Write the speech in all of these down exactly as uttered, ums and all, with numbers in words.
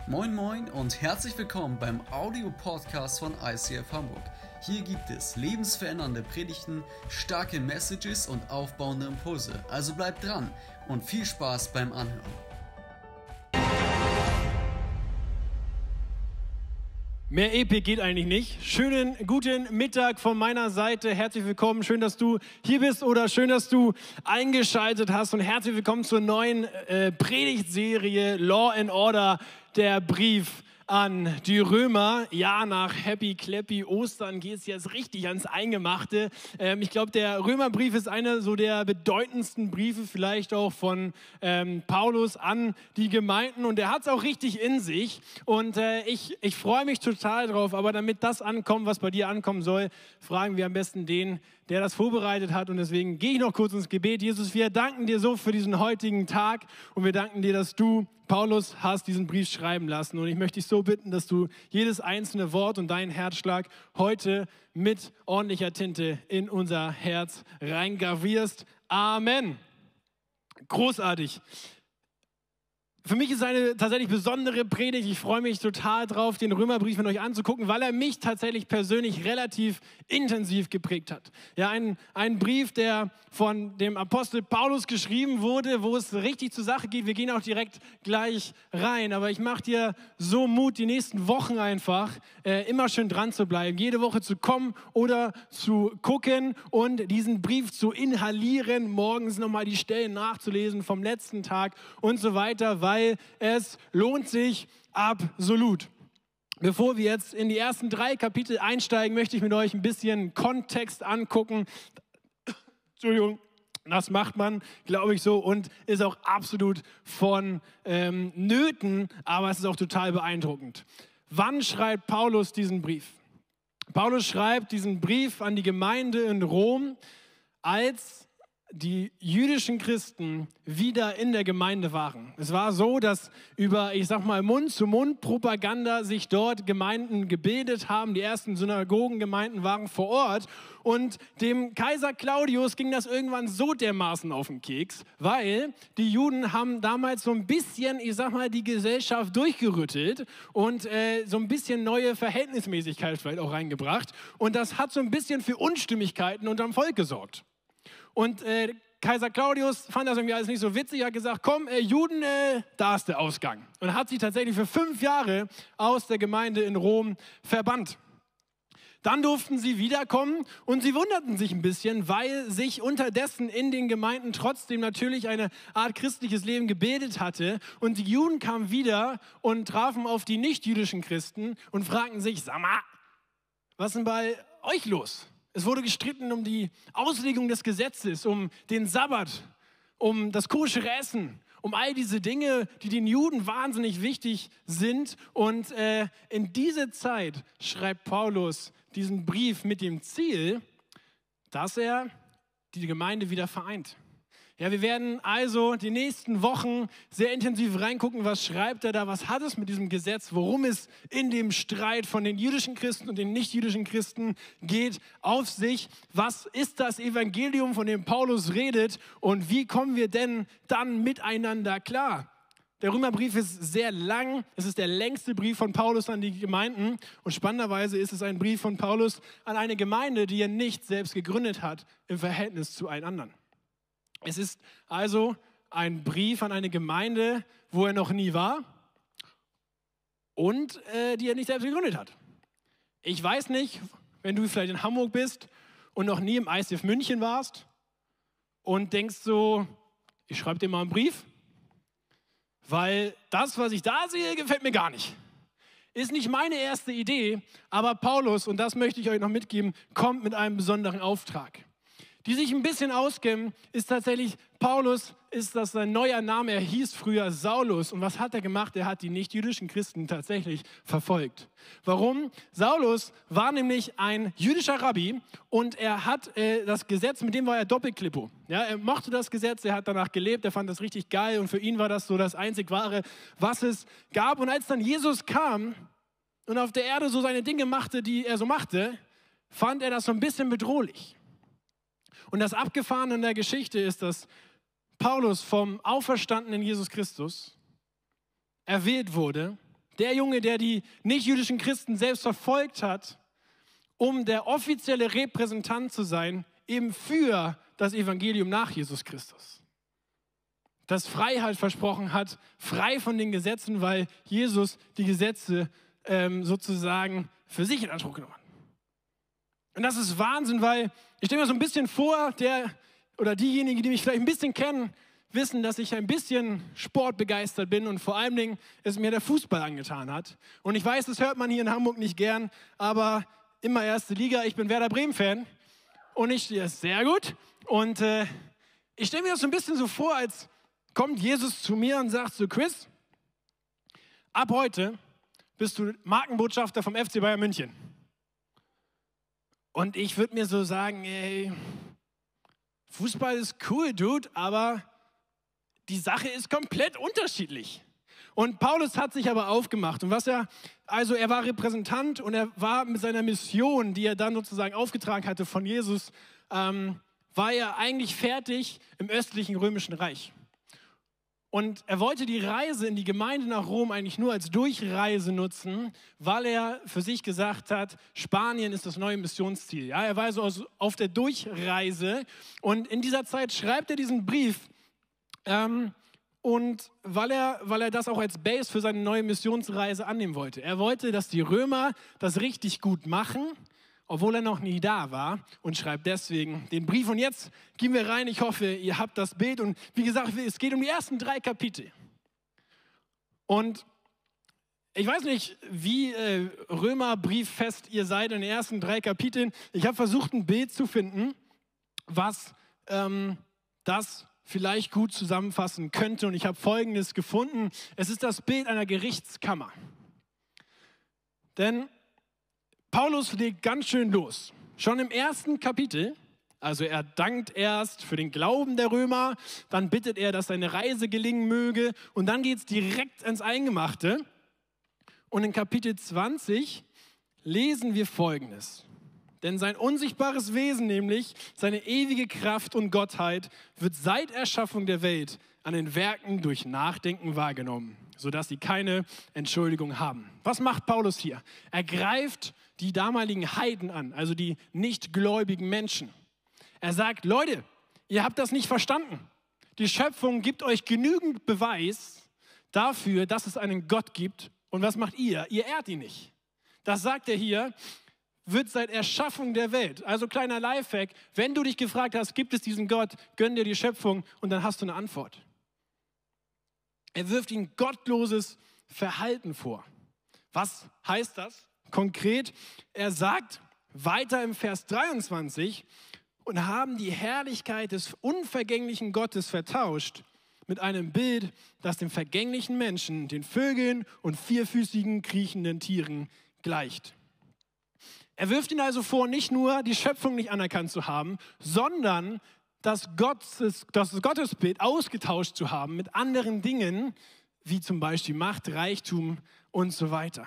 Moin Moin und herzlich willkommen beim Audio-Podcast von I C F Hamburg. Hier gibt es lebensverändernde Predigten, starke Messages und aufbauende Impulse. Also bleibt dran und viel Spaß beim Anhören. Mehr Epic geht eigentlich nicht. Schönen guten Mittag von meiner Seite. Herzlich willkommen. Schön, dass du hier bist oder schön, dass du eingeschaltet hast. Und herzlich willkommen zur neuen äh, Predigtserie Law and Order, der Brief an die Römer. Ja, nach Happy Clappy Ostern geht es jetzt richtig ans Eingemachte. Ähm, ich glaube, der Römerbrief ist einer so der bedeutendsten Briefe vielleicht auch von ähm, Paulus an die Gemeinden. Und er hat es auch richtig in sich. Und äh, ich, ich freue mich total drauf. Aber damit das ankommt, was bei dir ankommen soll, fragen wir am besten den, der das vorbereitet hat. Und deswegen gehe ich noch kurz ins Gebet. Jesus, wir danken dir so für diesen heutigen Tag. Und wir danken dir, dass du Paulus hast diesen Brief schreiben lassen und ich möchte dich so bitten, dass du jedes einzelne Wort und deinen Herzschlag heute mit ordentlicher Tinte in unser Herz reingravierst. Amen. Großartig. Für mich ist es eine tatsächlich besondere Predigt. Ich freue mich total drauf, den Römerbrief mit euch anzugucken, weil er mich tatsächlich persönlich relativ intensiv geprägt hat. Ja, ein, ein Brief, der von dem Apostel Paulus geschrieben wurde, wo es richtig zur Sache geht. Wir gehen auch direkt gleich rein. Aber ich mache dir so Mut, die nächsten Wochen einfach äh, immer schön dran zu bleiben, jede Woche zu kommen oder zu gucken und diesen Brief zu inhalieren, morgens nochmal die Stellen nachzulesen vom letzten Tag und so weiter, weil weil es lohnt sich absolut. Bevor wir jetzt in die ersten drei Kapitel einsteigen, möchte ich mit euch ein bisschen Kontext angucken. Entschuldigung, das macht man, glaube ich, so und ist auch absolut von ähm, Nöten, aber es ist auch total beeindruckend. Wann schreibt Paulus diesen Brief? Paulus schreibt diesen Brief an die Gemeinde in Rom, als die jüdischen Christen wieder in der Gemeinde waren. Es war so, dass über, ich sag mal, Mund-zu-Mund-Propaganda sich dort Gemeinden gebildet haben. Die ersten Synagogengemeinden waren vor Ort. Und dem Kaiser Claudius ging das irgendwann so dermaßen auf den Keks, weil die Juden haben damals so ein bisschen, ich sag mal, die Gesellschaft durchgerüttelt und äh, so ein bisschen neue Verhältnismäßigkeit vielleicht auch reingebracht. Und das hat so ein bisschen für Unstimmigkeiten unterm Volk gesorgt. Und äh, Kaiser Claudius fand das irgendwie alles nicht so witzig, hat gesagt, komm, äh, Juden, äh, da ist der Ausgang. Und hat sie tatsächlich für fünf Jahre aus der Gemeinde in Rom verbannt. Dann durften sie wiederkommen und sie wunderten sich ein bisschen, weil sich unterdessen in den Gemeinden trotzdem natürlich eine Art christliches Leben gebildet hatte. Und die Juden kamen wieder und trafen auf die nichtjüdischen Christen und fragten sich, sag mal, was ist denn bei euch los? Es wurde gestritten um die Auslegung des Gesetzes, um den Sabbat, um das koschere Essen, um all diese Dinge, die den Juden wahnsinnig wichtig sind. Und äh, in diese Zeit schreibt Paulus diesen Brief mit dem Ziel, dass er die Gemeinde wieder vereint. Ja, wir werden also die nächsten Wochen sehr intensiv reingucken, was schreibt er da, was hat es mit diesem Gesetz, worum es in dem Streit von den jüdischen Christen und den nichtjüdischen Christen geht, auf sich. Was ist das Evangelium, von dem Paulus redet und wie kommen wir denn dann miteinander klar? Der Römerbrief ist sehr lang, es ist der längste Brief von Paulus an die Gemeinden und spannenderweise ist es ein Brief von Paulus an eine Gemeinde, die er nicht selbst gegründet hat im Verhältnis zu allen anderen. Es ist also ein Brief an eine Gemeinde, wo er noch nie war und äh, die er nicht selbst gegründet hat. Ich weiß nicht, wenn du vielleicht in Hamburg bist und noch nie im I C F München warst und denkst so, ich schreibe dir mal einen Brief, weil das, was ich da sehe, gefällt mir gar nicht. Ist nicht meine erste Idee, aber Paulus, und das möchte ich euch noch mitgeben, kommt mit einem besonderen Auftrag. Die sich ein bisschen auskennen, ist tatsächlich, Paulus ist das sein neuer Name, er hieß früher Saulus. Und was hat er gemacht? Er hat die nichtjüdischen Christen tatsächlich verfolgt. Warum? Saulus war nämlich ein jüdischer Rabbi und er hat äh, das Gesetz, mit dem war er Doppelklippo. Ja, er mochte das Gesetz, er hat danach gelebt, er fand das richtig geil und für ihn war das so das einzig Wahre, was es gab. Und als dann Jesus kam und auf der Erde so seine Dinge machte, die er so machte, fand er das so ein bisschen bedrohlich. Und das Abgefahrene in der Geschichte ist, dass Paulus vom auferstandenen Jesus Christus erwählt wurde Der Junge, der die nichtjüdischen Christen selbst verfolgt hat, um der offizielle Repräsentant zu sein, eben für das Evangelium nach Jesus Christus. Das Freiheit versprochen hat, frei von den Gesetzen, weil Jesus die Gesetze ähm, sozusagen für sich in Anspruch genommen hat. Und das ist Wahnsinn, weil ich stelle mir so ein bisschen vor, der oder diejenigen, die mich vielleicht ein bisschen kennen, wissen, dass ich ein bisschen sportbegeistert bin und vor allen Dingen es mir der Fußball angetan hat. Und ich weiß, das hört man hier in Hamburg nicht gern, aber immer erste Liga, ich bin Werder Bremen-Fan und ich stehe sehr gut. Und äh, ich stelle mir das so ein bisschen so vor, als kommt Jesus zu mir und sagt so, Chris, ab heute bist du Markenbotschafter vom F C Bayern München. Und ich würde mir so sagen, ey, Fußball ist cool, Dude, aber die Sache ist komplett unterschiedlich. Und Paulus hat sich aber aufgemacht. Und was er, also er war Repräsentant und er war mit seiner Mission, die er dann sozusagen aufgetragen hatte von Jesus, ähm, war er eigentlich fertig im östlichen römischen Reich. Und er wollte die Reise in die Gemeinde nach Rom eigentlich nur als Durchreise nutzen, weil er für sich gesagt hat, Spanien ist das neue Missionsziel. Ja, er war also auf der Durchreise und in dieser Zeit schreibt er diesen Brief, ähm, und weil er, weil er das auch als Base für seine neue Missionsreise annehmen wollte. Er wollte, dass die Römer das richtig gut machen, obwohl er noch nie da war, und schreibt deswegen den Brief. Und jetzt gehen wir rein. Ich hoffe, ihr habt das Bild. Und wie gesagt, es geht um die ersten drei Kapitel. Und ich weiß nicht, wie äh, Römerbrieffest ihr seid in den ersten drei Kapiteln. Ich habe versucht, ein Bild zu finden, was ähm, das vielleicht gut zusammenfassen könnte. Und ich habe Folgendes gefunden. Es ist das Bild einer Gerichtskammer. Denn Paulus legt ganz schön los. Schon im ersten Kapitel, also er dankt erst für den Glauben der Römer, dann bittet er, dass seine Reise gelingen möge und dann geht es direkt ins Eingemachte. Und in Kapitel zwanzig lesen wir Folgendes. Denn sein unsichtbares Wesen, nämlich seine ewige Kraft und Gottheit, wird seit Erschaffung der Welt an den Werken durch Nachdenken wahrgenommen, sodass sie keine Entschuldigung haben. Was macht Paulus hier? Er greift die damaligen Heiden an, also die nichtgläubigen Menschen. Er sagt, Leute, ihr habt das nicht verstanden. Die Schöpfung gibt euch genügend Beweis dafür, dass es einen Gott gibt. Und was macht ihr? Ihr ehrt ihn nicht. Das sagt er hier, wird seit Erschaffung der Welt. Also kleiner Lifehack, wenn du dich gefragt hast, gibt es diesen Gott, gönn dir die Schöpfung und dann hast du eine Antwort. Er wirft ihnen gottloses Verhalten vor. Was heißt das konkret? Er sagt weiter im Vers dreiundzwanzig, und haben die Herrlichkeit des unvergänglichen Gottes vertauscht mit einem Bild, das dem vergänglichen Menschen, den Vögeln und vierfüßigen kriechenden Tieren gleicht. Er wirft ihnen also vor, nicht nur die Schöpfung nicht anerkannt zu haben, sondern das, Gottes, das Gottesbild ausgetauscht zu haben mit anderen Dingen, wie zum Beispiel Macht, Reichtum und so weiter.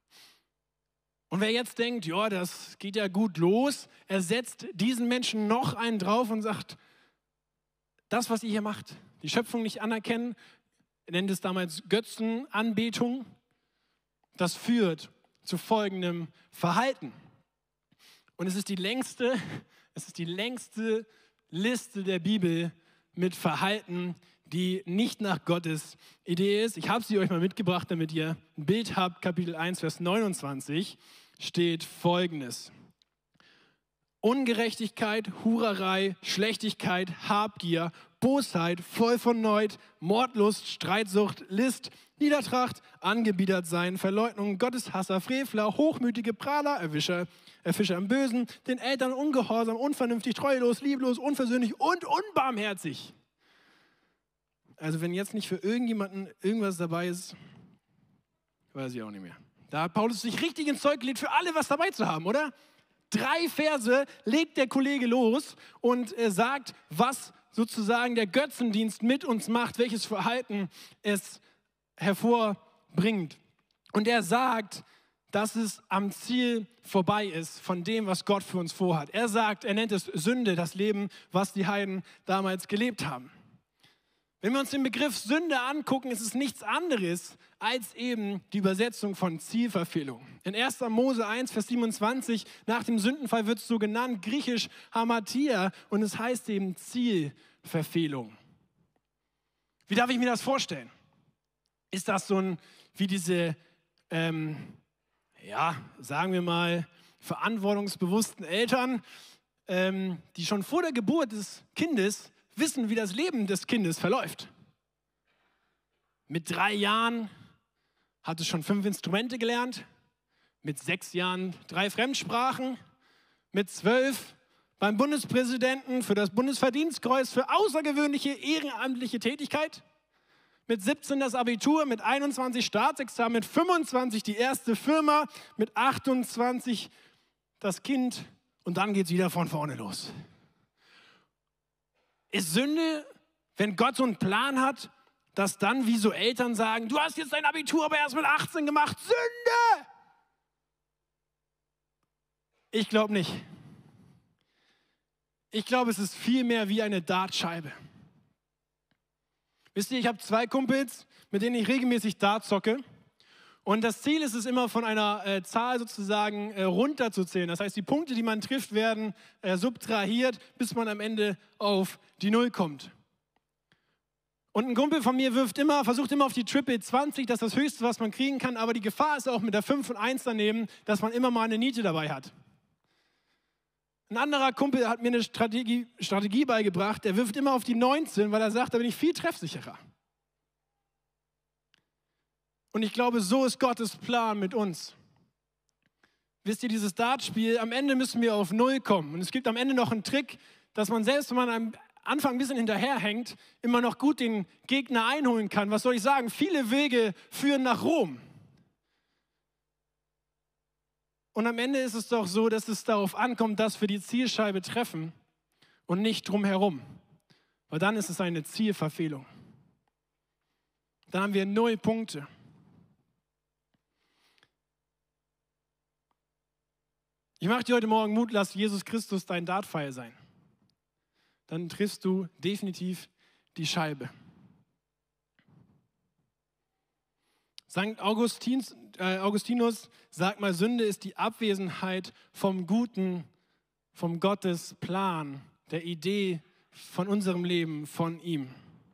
Und wer jetzt denkt, ja, das geht ja gut los, er setzt diesen Menschen noch einen drauf und sagt, das, was ihr hier macht, die Schöpfung nicht anerkennen, er nennt es damals Götzenanbetung, das führt zu folgendem Verhalten. Und es ist die längste, es ist die längste Liste der Bibel mit Verhalten, die nicht nach Gottes Idee ist. Ich habe sie euch mal mitgebracht, damit ihr ein Bild habt. Kapitel eins, Vers neunundzwanzig steht Folgendes. Ungerechtigkeit, Hurerei, Schlechtigkeit, Habgier, Bosheit, voll von Neid, Mordlust, Streitsucht, List, Niedertracht, angebiedert sein, Verleugnung, Gotteshasser, Frevler, hochmütige Prahler, Erwischer, Erfischer am Bösen, den Eltern ungehorsam, unvernünftig, treulos, lieblos, unversöhnlich und unbarmherzig. Also wenn jetzt nicht für irgendjemanden irgendwas dabei ist, weiß ich auch nicht mehr. Da hat Paulus sich richtig ins Zeug gelegt, für alle was dabei zu haben, oder? Drei Verse legt der Kollege los und er sagt, was sozusagen der Götzendienst mit uns macht, welches Verhalten es hervorbringt. Und er sagt, dass es am Ziel vorbei ist von dem, was Gott für uns vorhat. Er sagt, er nennt es Sünde, das Leben, was die Heiden damals gelebt haben. Wenn wir uns den Begriff Sünde angucken, ist es nichts anderes als eben die Übersetzung von Zielverfehlung. In erster Mose eins, Vers siebenundzwanzig, nach dem Sündenfall wird es so genannt, griechisch Hamatia, und es heißt eben Zielverfehlung. Wie darf ich mir das vorstellen? Ist das so ein, wie diese, ähm, ja, sagen wir mal, verantwortungsbewussten Eltern, ähm, die schon vor der Geburt des Kindes wissen, wie das Leben des Kindes verläuft. Mit drei Jahren hat es schon fünf Instrumente gelernt, mit sechs Jahren drei Fremdsprachen, mit zwölf beim Bundespräsidenten für das Bundesverdienstkreuz für außergewöhnliche ehrenamtliche Tätigkeit, mit siebzehn das Abitur, mit einundzwanzig Staatsexamen, mit fünfundzwanzig die erste Firma, mit achtundzwanzig das Kind und dann geht es wieder von vorne los. Ist Sünde, wenn Gott so einen Plan hat, dass dann wie so Eltern sagen, du hast jetzt dein Abitur aber erst mit achtzehn gemacht, Sünde! Ich glaube nicht. Ich glaube, es ist viel mehr wie eine Dartscheibe. Wisst ihr, ich habe zwei Kumpels, mit denen ich regelmäßig Dart zocke. Und das Ziel ist es immer, von einer äh, Zahl sozusagen äh, runterzuzählen. Das heißt, die Punkte, die man trifft, werden äh, subtrahiert, bis man am Ende auf die Null kommt. Und ein Kumpel von mir wirft immer, versucht immer auf die Triple zwanzig, das ist das Höchste, was man kriegen kann. Aber die Gefahr ist auch mit der fünf und eins daneben, dass man immer mal eine Niete dabei hat. Ein anderer Kumpel hat mir eine Strategie, Strategie beigebracht, der wirft immer auf die neunzehn, weil er sagt, da bin ich viel treffsicherer. Und ich glaube, so ist Gottes Plan mit uns. Wisst ihr, dieses Dartspiel, am Ende müssen wir auf Null kommen. Und es gibt am Ende noch einen Trick, dass man selbst, wenn man am Anfang ein bisschen hinterherhängt, immer noch gut den Gegner einholen kann. Was soll ich sagen? Viele Wege führen nach Rom. Und am Ende ist es doch so, dass es darauf ankommt, dass wir die Zielscheibe treffen und nicht drumherum. Weil dann ist es eine Zielverfehlung. Dann haben wir null Punkte. Ich mache dir heute Morgen Mut, lass Jesus Christus dein Dartpfeil sein. Dann triffst du definitiv die Scheibe. Sankt Augustin, äh, Augustinus sagt mal, Sünde ist die Abwesenheit vom Guten, vom Gottes Plan, der Idee von unserem Leben, von ihm.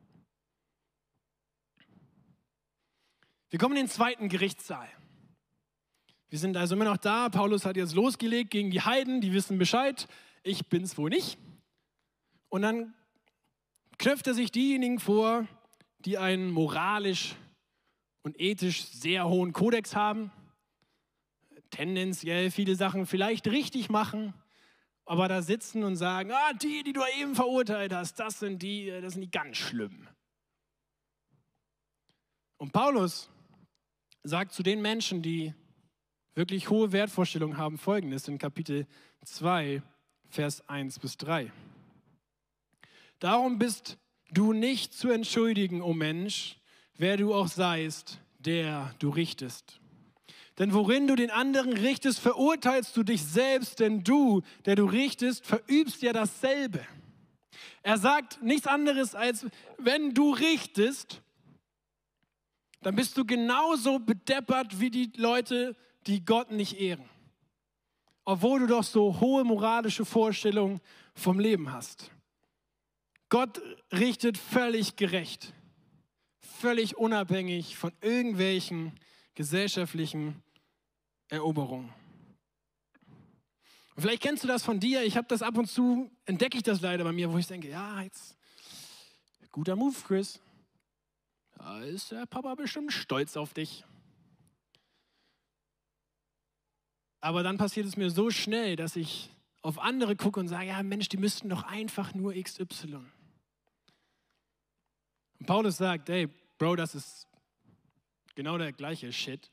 Wir kommen in den zweiten Gerichtssaal. Wir sind also immer noch da. Paulus hat jetzt losgelegt gegen die Heiden, die wissen Bescheid. Ich bin's wohl nicht. Und dann knöpft er sich diejenigen vor, die einen moralisch und ethisch sehr hohen Kodex haben, tendenziell viele Sachen vielleicht richtig machen, aber da sitzen und sagen, ah, die, die du eben verurteilt hast, das sind die, das sind die ganz schlimm. Und Paulus sagt zu den Menschen, die wirklich hohe Wertvorstellungen haben, Folgendes in Kapitel zwei, Vers eins bis drei. Darum bist du nicht zu entschuldigen, o Mensch, wer du auch seist, der du richtest. Denn worin du den anderen richtest, verurteilst du dich selbst, denn du, der du richtest, verübst ja dasselbe. Er sagt nichts anderes als, wenn du richtest, dann bist du genauso bedeppert wie die Leute, die Gott nicht ehren. Obwohl du doch so hohe moralische Vorstellungen vom Leben hast. Gott richtet völlig gerecht, völlig unabhängig von irgendwelchen gesellschaftlichen Eroberungen. Und vielleicht kennst du das von dir, ich habe das ab und zu, entdecke ich das leider bei mir, wo ich denke, ja, jetzt, guter Move, Chris. Da ist der Papa bestimmt stolz auf dich. Aber dann passiert es mir so schnell, dass ich auf andere gucke und sage, ja Mensch, die müssten doch einfach nur X Y. Und Paulus sagt, hey, Bro, das ist genau der gleiche Shit.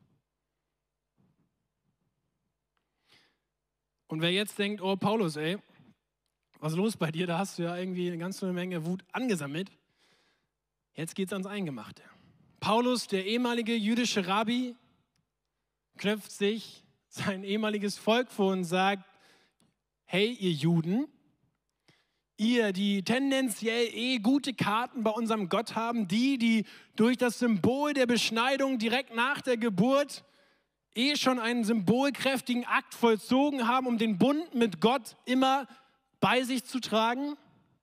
Und wer jetzt denkt, oh Paulus, ey, was ist los bei dir? Da hast du ja irgendwie eine ganze Menge Wut angesammelt. Jetzt geht's ans Eingemachte. Paulus, der ehemalige jüdische Rabbi, knöpft sich sein ehemaliges Volk vor und sagt, hey ihr Juden, Ihr, die tendenziell eh gute Karten bei unserem Gott haben, die, die durch das Symbol der Beschneidung direkt nach der Geburt eh schon einen symbolkräftigen Akt vollzogen haben, um den Bund mit Gott immer bei sich zu tragen?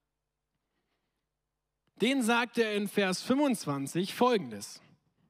Den sagt er in Vers fünfundzwanzig Folgendes.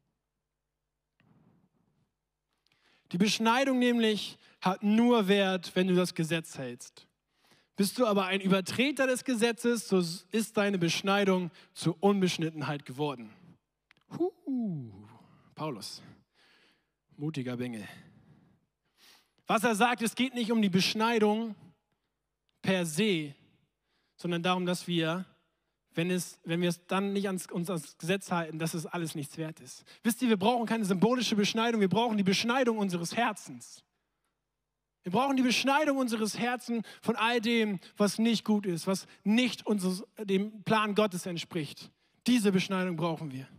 Die Beschneidung nämlich hat nur Wert, wenn du das Gesetz hältst. Bist du aber ein Übertreter des Gesetzes, so ist deine Beschneidung zur Unbeschnittenheit geworden. Huh, Paulus, mutiger Bengel. Was er sagt, es geht nicht um die Beschneidung per se, sondern darum, dass wir, wenn, es, wenn wir es dann nicht ans, uns ans Gesetz halten, dass es alles nichts wert ist. Wisst ihr, wir brauchen keine symbolische Beschneidung, wir brauchen die Beschneidung unseres Herzens. Wir brauchen die Beschneidung unseres Herzens von all dem, was nicht gut ist, was nicht unseres, dem Plan Gottes entspricht. Diese Beschneidung brauchen wir.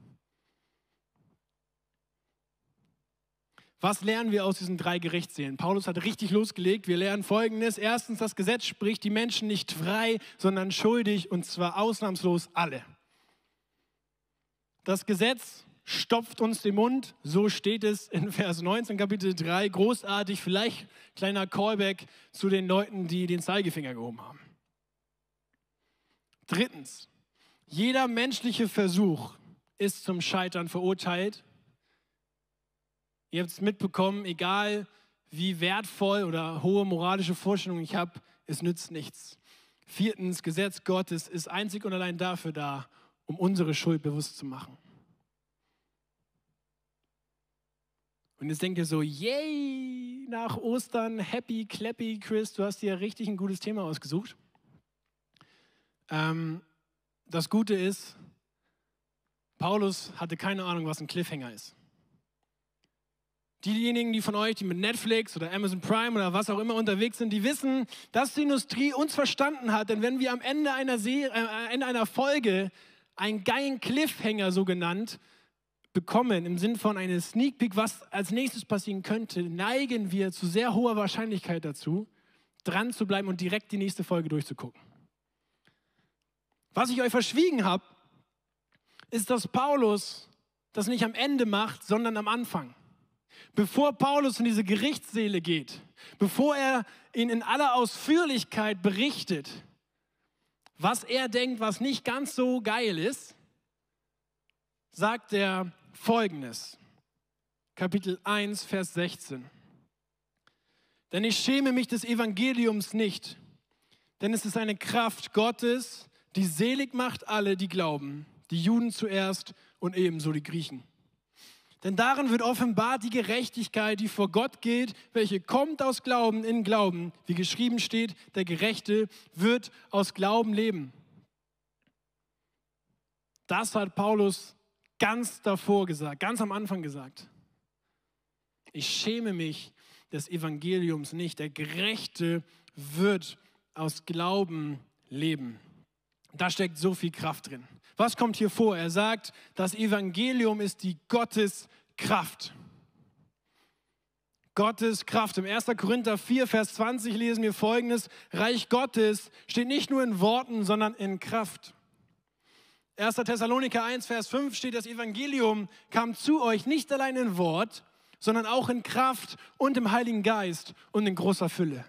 Was lernen wir aus diesen drei Gerichtssälen? Paulus hat richtig losgelegt. Wir lernen Folgendes. Erstens, das Gesetz spricht die Menschen nicht frei, sondern schuldig, und zwar ausnahmslos alle. Das Gesetz stopft uns den Mund, so steht es in Vers neunzehn, Kapitel drei, großartig, vielleicht kleiner Callback zu den Leuten, die den Zeigefinger gehoben haben. Drittens, jeder menschliche Versuch ist zum Scheitern verurteilt. Ihr habt es mitbekommen, egal wie wertvoll oder hohe moralische Vorstellungen ich habe, es nützt nichts. Viertens, Gesetz Gottes ist einzig und allein dafür da, um unsere Schuld bewusst zu machen. Und jetzt denkt ihr so, yay, nach Ostern, happy, clappy, Chris, du hast dir richtig ein gutes Thema ausgesucht. Ähm, das Gute ist, Paulus hatte keine Ahnung, was ein Cliffhanger ist. Diejenigen, die von euch, die mit Netflix oder Amazon Prime oder was auch immer unterwegs sind, die wissen, dass die Industrie uns verstanden hat. Denn wenn wir am Ende einer, Serie, äh, Ende einer Folge einen geilen Cliffhanger so genannt bekommen, im Sinn von einer Sneak Peek, was als nächstes passieren könnte, neigen wir zu sehr hoher Wahrscheinlichkeit dazu, dran zu bleiben und direkt die nächste Folge durchzugucken. Was ich euch verschwiegen habe, ist, dass Paulus das nicht am Ende macht, sondern am Anfang. Bevor Paulus in diese Gerichtssäle geht, bevor er ihnen in aller Ausführlichkeit berichtet, was er denkt, was nicht ganz so geil ist, sagt er Folgendes. Kapitel eins, Vers sechzehn. Denn ich schäme mich des Evangeliums nicht, denn es ist eine Kraft Gottes, die selig macht alle, die glauben, die Juden zuerst und ebenso die Griechen. Denn darin wird offenbart die Gerechtigkeit, die vor Gott gilt, welche kommt aus Glauben in Glauben. Wie geschrieben steht, der Gerechte wird aus Glauben leben. Das hat Paulus ganz davor gesagt, ganz am Anfang gesagt. Ich schäme mich des Evangeliums nicht. Der Gerechte wird aus Glauben leben. Da steckt so viel Kraft drin. Was kommt hier vor? Er sagt, das Evangelium ist die Gotteskraft. Gottes Kraft. Im ersten Korinther vier, Vers zwanzig lesen wir Folgendes. Reich Gottes steht nicht nur in Worten, sondern in Kraft. erster Thessaloniker eins, Vers fünf steht, das Evangelium kam zu euch nicht allein in Wort, sondern auch in Kraft und im Heiligen Geist und in großer Fülle.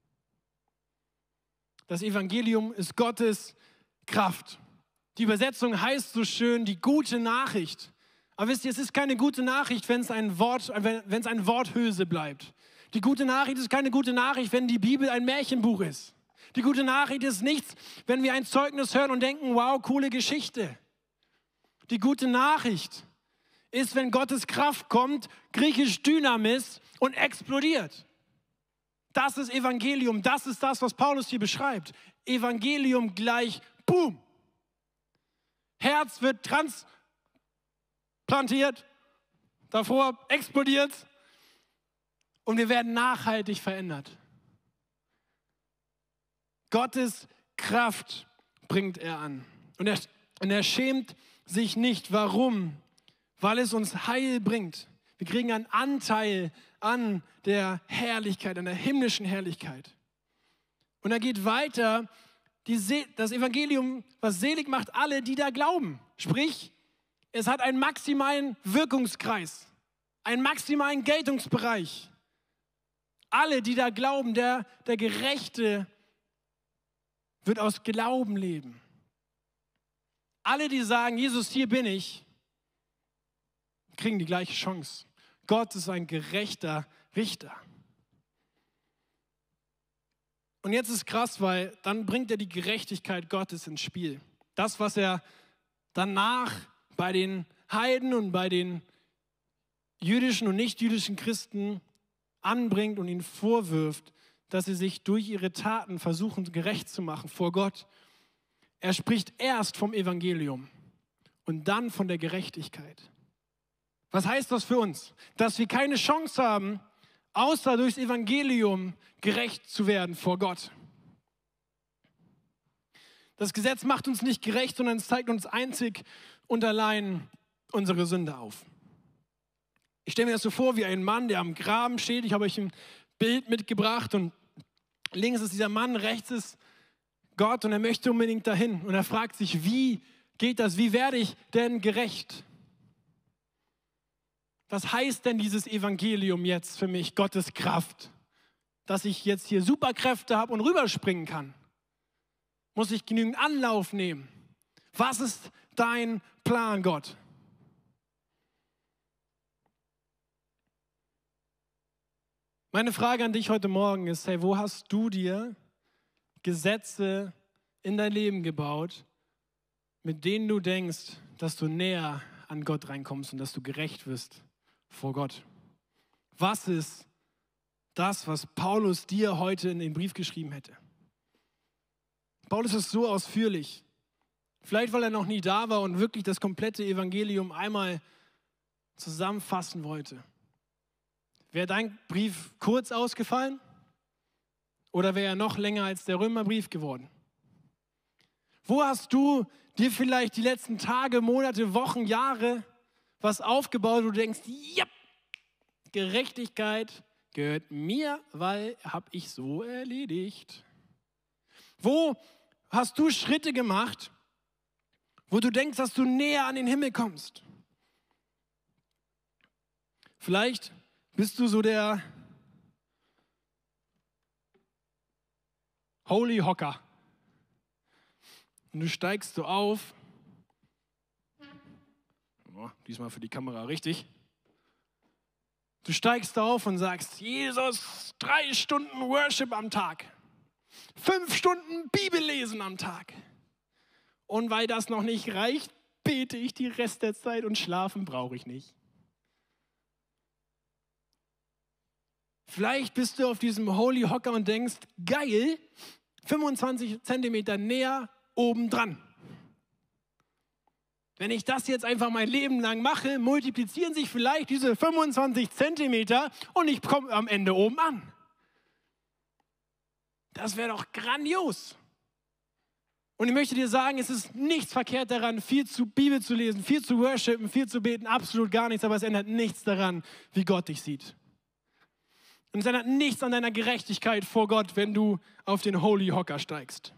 Das Evangelium ist Gottes Kraft. Die Übersetzung heißt so schön, die gute Nachricht. Aber wisst ihr, es ist keine gute Nachricht, wenn es ein Wort, wenn es ein Worthülse bleibt. Die gute Nachricht ist keine gute Nachricht, wenn die Bibel ein Märchenbuch ist. Die gute Nachricht ist nichts, wenn wir ein Zeugnis hören und denken, wow, coole Geschichte. Die gute Nachricht ist, wenn Gottes Kraft kommt, griechisch Dynamis, und explodiert. Das ist Evangelium, das ist das, was Paulus hier beschreibt. Evangelium gleich Boom. Herz wird transplantiert, davor explodiert und wir werden nachhaltig verändert. Gottes Kraft bringt er an. Und er, und er schämt sich nicht. Warum? Weil es uns Heil bringt. Wir kriegen einen Anteil an der Herrlichkeit, an der himmlischen Herrlichkeit. Und er geht weiter die Se- das Evangelium, was selig macht, alle, die da glauben. Sprich, es hat einen maximalen Wirkungskreis, einen maximalen Geltungsbereich. Alle, die da glauben, der, der Gerechte wird aus Glauben leben. Alle, die sagen, Jesus, hier bin ich, kriegen die gleiche Chance. Gott ist ein gerechter Richter. Und jetzt ist krass, weil dann bringt er die Gerechtigkeit Gottes ins Spiel. Das, was er danach bei den Heiden und bei den jüdischen und nicht-jüdischen Christen anbringt und ihnen vorwirft, dass sie sich durch ihre Taten versuchen, gerecht zu machen vor Gott. Er spricht erst vom Evangelium und dann von der Gerechtigkeit. Was heißt das für uns? Dass wir keine Chance haben, außer durchs Evangelium gerecht zu werden vor Gott. Das Gesetz macht uns nicht gerecht, sondern es zeigt uns einzig und allein unsere Sünde auf. Ich stelle mir das so vor wie ein Mann, der am Graben steht. Ich habe euch ein Bild mitgebracht und links ist dieser Mann, rechts ist Gott und er möchte unbedingt dahin. Und er fragt sich, wie geht das? Wie werde ich denn gerecht? Was heißt denn dieses Evangelium jetzt für mich, Gottes Kraft? Dass ich jetzt hier Superkräfte habe und rüberspringen kann? Muss ich genügend Anlauf nehmen? Was ist dein Plan, Gott? Meine Frage an dich heute Morgen ist, hey, wo hast du dir Gesetze in dein Leben gebaut, mit denen du denkst, dass du näher an Gott reinkommst und dass du gerecht wirst vor Gott? Was ist das, was Paulus dir heute in den Brief geschrieben hätte? Paulus ist so ausführlich. Vielleicht, weil er noch nie da war und wirklich das komplette Evangelium einmal zusammenfassen wollte. Wäre dein Brief kurz ausgefallen oder wäre er noch länger als der Römerbrief geworden? Wo hast du dir vielleicht die letzten Tage, Monate, Wochen, Jahre was aufgebaut, wo du denkst, ja, Gerechtigkeit gehört mir, weil habe ich so erledigt? Wo hast du Schritte gemacht, wo du denkst, dass du näher an den Himmel kommst? Vielleicht bist du so der Holy Hocker. Und du steigst so auf. Oh, diesmal für die Kamera richtig. Du steigst auf und sagst, Jesus, drei Stunden Worship am Tag. Fünf Stunden Bibel lesen am Tag. Und weil das noch nicht reicht, bete ich die Rest der Zeit und schlafen brauche ich nicht. Vielleicht bist du auf diesem Holy Hocker und denkst, geil, fünfundzwanzig Zentimeter näher obendran. Wenn ich das jetzt einfach mein Leben lang mache, multiplizieren sich vielleicht diese fünfundzwanzig Zentimeter und ich komme am Ende oben an. Das wäre doch grandios. Und ich möchte dir sagen, es ist nichts verkehrt daran, viel zu Bibel zu lesen, viel zu worshipen, viel zu beten, absolut gar nichts, aber es ändert nichts daran, wie Gott dich sieht. Und es ändert nichts an deiner Gerechtigkeit vor Gott, wenn du auf den Holy Hocker steigst.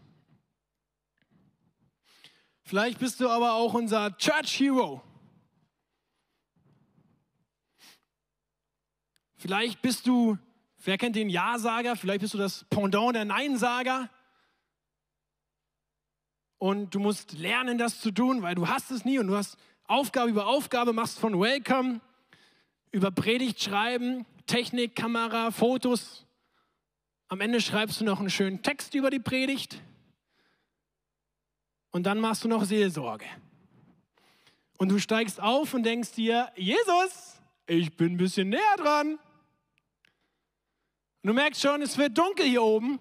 Vielleicht bist du aber auch unser Church Hero. Vielleicht bist du, wer kennt den Ja-Sager? Vielleicht bist du das Pendant der Nein-Sager. Und du musst lernen, das zu tun, weil du hast es nie und du hast Aufgabe über Aufgabe, machst von Welcome über Predigt schreiben, Technik, Kamera, Fotos. Am Ende schreibst du noch einen schönen Text über die Predigt. Und dann machst du noch Seelsorge. Und du steigst auf und denkst dir, Jesus, ich bin ein bisschen näher dran. Und du merkst schon, es wird dunkel hier oben,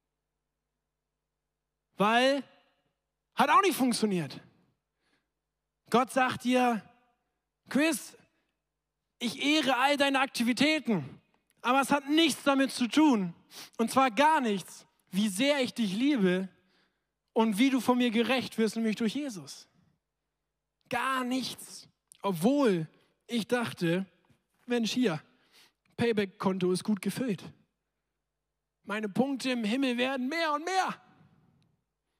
weil hat auch nicht funktioniert. Gott sagt dir, Chris, ich ehre all deine Aktivitäten, aber es hat nichts damit zu tun, und zwar gar nichts, wie sehr ich dich liebe und wie du von mir gerecht wirst, nämlich durch Jesus. Gar nichts. Obwohl ich dachte, Mensch, hier, Payback-Konto ist gut gefüllt. Meine Punkte im Himmel werden mehr und mehr.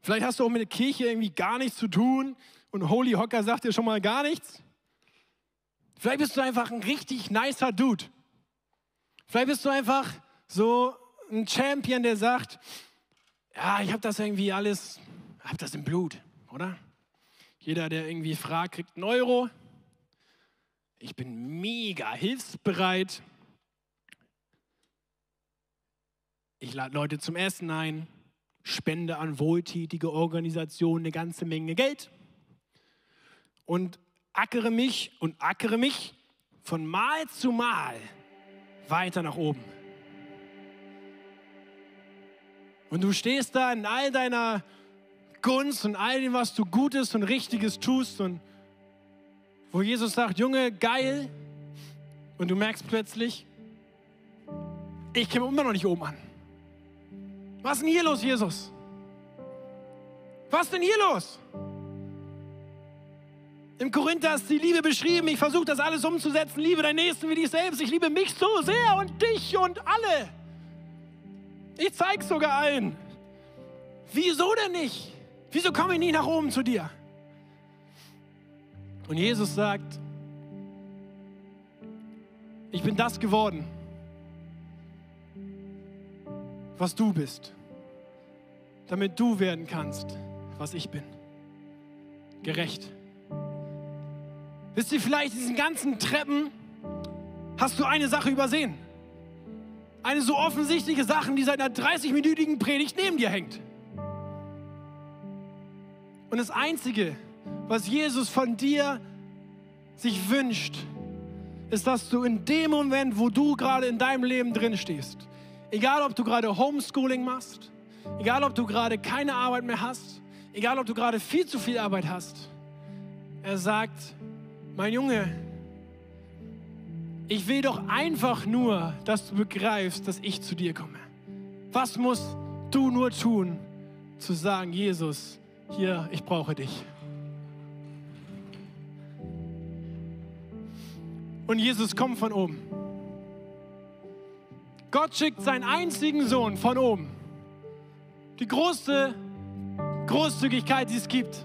Vielleicht hast du auch mit der Kirche irgendwie gar nichts zu tun und Holy Hocker sagt dir schon mal gar nichts. Vielleicht bist du einfach ein richtig nicer Dude. Vielleicht bist du einfach so ein Champion, der sagt, ja, ich habe das irgendwie alles, habe das im Blut, oder? Jeder, der irgendwie fragt, kriegt einen Euro. Ich bin mega hilfsbereit. Ich lade Leute zum Essen ein, spende an wohltätige Organisationen eine ganze Menge Geld und ackere mich und ackere mich von Mal zu Mal weiter nach oben. Und du stehst da in all deiner Gunst und all dem, was du Gutes und Richtiges tust und wo Jesus sagt, Junge, geil. Und du merkst plötzlich, ich komme immer noch nicht oben an. Was ist denn hier los, Jesus? Was ist denn hier los? Im Korinther ist die Liebe beschrieben. Ich versuche das alles umzusetzen. Liebe deinen Nächsten wie dich selbst. Ich liebe mich so sehr und dich und alle. Ich zeige es sogar allen. Wieso denn nicht? Wieso komme ich nie nach oben zu dir? Und Jesus sagt, ich bin das geworden, was du bist, damit du werden kannst, was ich bin. Gerecht. Wisst ihr, vielleicht in diesen ganzen Treppen hast du eine Sache übersehen. Eine so offensichtliche Sache, die seit einer dreißig-minütigen Predigt neben dir hängt. Und das Einzige, was Jesus von dir sich wünscht, ist, dass du in dem Moment, wo du gerade in deinem Leben drin stehst, egal ob du gerade Homeschooling machst, egal ob du gerade keine Arbeit mehr hast, egal ob du gerade viel zu viel Arbeit hast, er sagt, mein Junge, ich will doch einfach nur, dass du begreifst, dass ich zu dir komme. Was musst du nur tun, zu sagen, Jesus, hier, ich brauche dich. Und Jesus kommt von oben. Gott schickt seinen einzigen Sohn von oben. Die größte Großzügigkeit, die es gibt.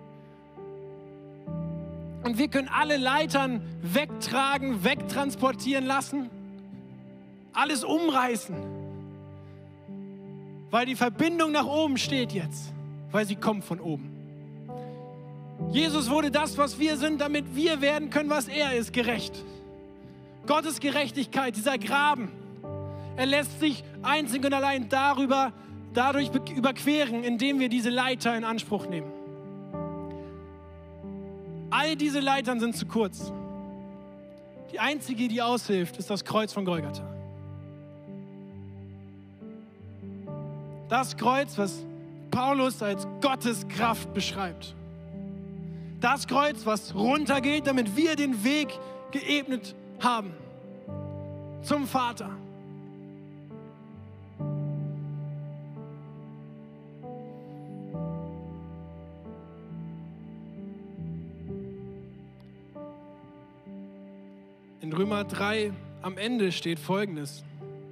Und wir können alle Leitern wegtragen, wegtransportieren lassen. Alles umreißen. Weil die Verbindung nach oben steht jetzt. Weil sie kommt von oben. Jesus wurde das, was wir sind, damit wir werden können, was er ist, gerecht. Gottes Gerechtigkeit, dieser Graben, er lässt sich einzig und allein darüber, dadurch überqueren, indem wir diese Leiter in Anspruch nehmen. All diese Leitern sind zu kurz. Die einzige, die aushilft, ist das Kreuz von Golgatha. Das Kreuz, was Paulus als Gottes Kraft beschreibt. Das Kreuz, was runtergeht, damit wir den Weg geebnet haben zum Vater. In Römer drei am Ende steht Folgendes.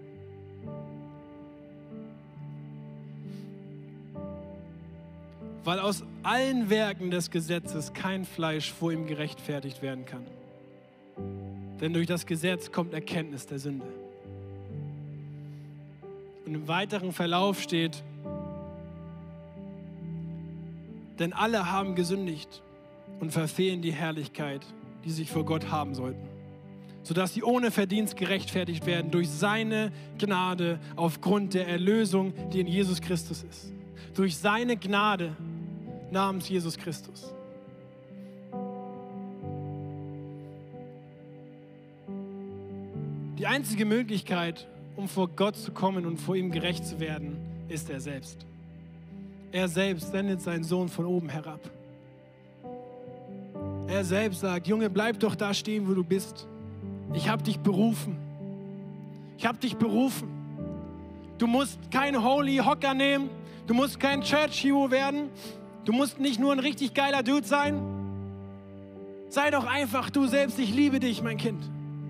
Weil aus allen Werken des Gesetzes kein Fleisch vor ihm gerechtfertigt werden kann. Denn durch das Gesetz kommt Erkenntnis der Sünde. Und im weiteren Verlauf steht, denn alle haben gesündigt und verfehlen die Herrlichkeit, die sie vor Gott haben sollten, sodass sie ohne Verdienst gerechtfertigt werden durch seine Gnade aufgrund der Erlösung, die in Jesus Christus ist. Durch seine Gnade namens Jesus Christus. Die einzige Möglichkeit, um vor Gott zu kommen und vor ihm gerecht zu werden, ist er selbst. Er selbst sendet seinen Sohn von oben herab. Er selbst sagt, Junge, bleib doch da stehen, wo du bist. Ich habe dich berufen. Ich habe dich berufen. Du musst kein Holy Hocker nehmen. Du musst kein Church Hero werden. Du musst nicht nur ein richtig geiler Dude sein. Sei doch einfach du selbst. Ich liebe dich, mein Kind.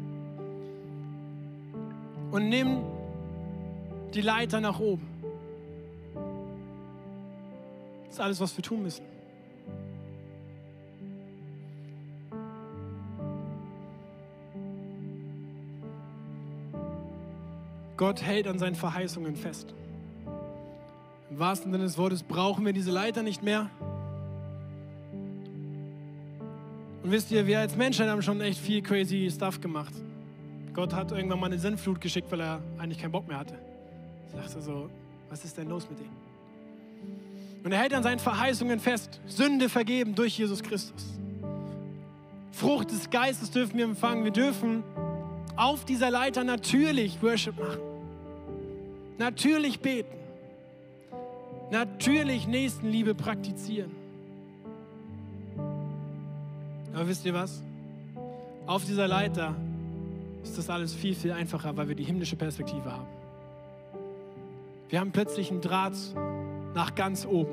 Und nimm die Leiter nach oben. Das ist alles, was wir tun müssen. Gott hält an seinen Verheißungen fest. Im wahrsten Sinne des Wortes brauchen wir diese Leiter nicht mehr. Und wisst ihr, wir als Menschheit haben schon echt viel crazy Stuff gemacht. Gott hat irgendwann mal eine Sintflut geschickt, weil er eigentlich keinen Bock mehr hatte. Ich dachte so, was ist denn los mit denen? Und er hält an seinen Verheißungen fest. Sünde vergeben durch Jesus Christus. Frucht des Geistes dürfen wir empfangen. Wir dürfen auf dieser Leiter natürlich Worship machen. Natürlich beten. Natürlich Nächstenliebe praktizieren. Aber wisst ihr was? Auf dieser Leiter ist das alles viel, viel einfacher, weil wir die himmlische Perspektive haben. Wir haben plötzlich einen Draht nach ganz oben.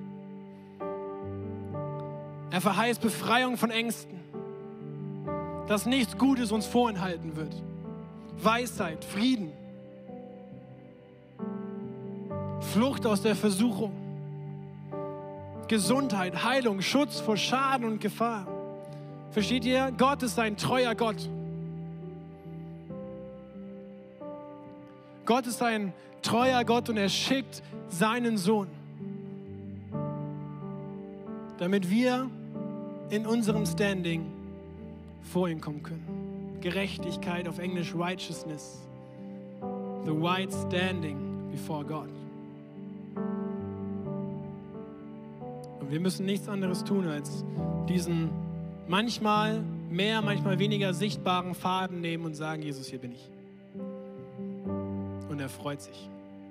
Er verheißt Befreiung von Ängsten, dass nichts Gutes uns vorenthalten wird. Weisheit, Frieden, Flucht aus der Versuchung, Gesundheit, Heilung, Schutz vor Schaden und Gefahr. Versteht ihr? Gott ist ein treuer Gott. Gott ist ein treuer Gott und er schickt seinen Sohn, damit wir in unserem Standing vor ihn kommen können. Gerechtigkeit, auf Englisch Righteousness. The right standing before God. Und wir müssen nichts anderes tun, als diesen manchmal mehr, manchmal weniger sichtbaren Faden nehmen und sagen, Jesus, hier bin ich. Und er freut sich.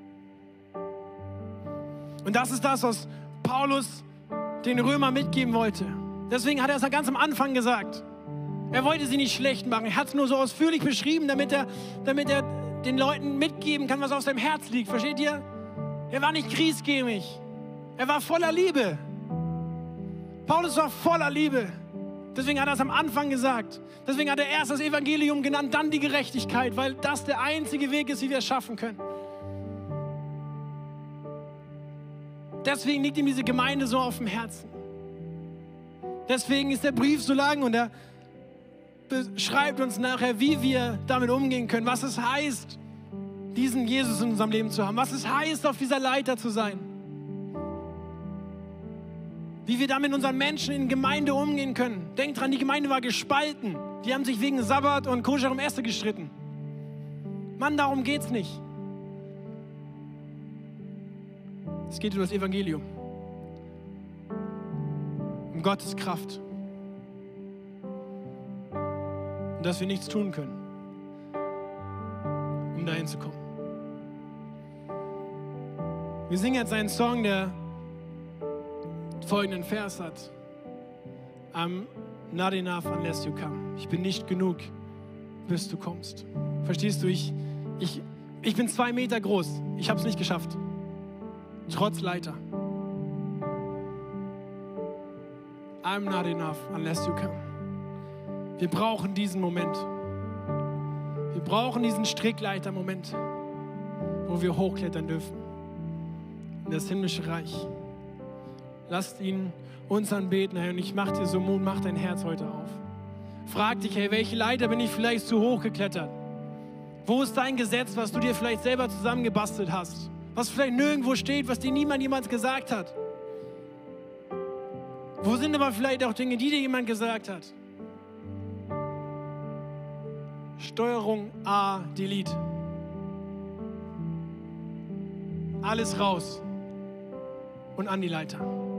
Und das ist das, was Paulus den Römern mitgeben wollte. Deswegen hat er es ja ganz am Anfang gesagt. Er wollte sie nicht schlecht machen. Er hat es nur so ausführlich beschrieben, damit er, damit er den Leuten mitgeben kann, was auf seinem Herz liegt. Versteht ihr? Er war nicht griesgrämig. Er war voller Liebe. Paulus war voller Liebe. Deswegen hat er es am Anfang gesagt. Deswegen hat er erst das Evangelium genannt, dann die Gerechtigkeit, weil das der einzige Weg ist, wie wir es schaffen können. Deswegen liegt ihm diese Gemeinde so auf dem Herzen. Deswegen ist der Brief so lang und er beschreibt uns nachher, wie wir damit umgehen können, was es heißt, diesen Jesus in unserem Leben zu haben, was es heißt, auf dieser Leiter zu sein. Wie wir damit mit unseren Menschen in Gemeinde umgehen können. Denkt dran, die Gemeinde war gespalten. Die haben sich wegen Sabbat und koscherem Essen gestritten. Mann, darum geht's nicht. Es geht um das Evangelium. Um Gottes Kraft. Und dass wir nichts tun können, um dahin zu kommen. Wir singen jetzt einen Song, der folgenden Vers hat. I'm not enough unless you come. Ich bin nicht genug, bis du kommst. Verstehst du? Ich, ich, ich bin zwei Meter groß. Ich habe es nicht geschafft. Trotz Leiter. I'm not enough unless you come. Wir brauchen diesen Moment. Wir brauchen diesen Strickleiter-Moment, wo wir hochklettern dürfen in das himmlische Reich. Lasst ihn uns anbeten, Herr. Und ich mach dir so Mut, mach dein Herz heute auf. Frag dich, hey, welche Leiter bin ich vielleicht zu hoch geklettert? Wo ist dein Gesetz, was du dir vielleicht selber zusammengebastelt hast? Was vielleicht nirgendwo steht, was dir niemand jemals gesagt hat? Wo sind aber vielleicht auch Dinge, die dir jemand gesagt hat? Steuerung A, Delete. Alles raus und an die Leiter.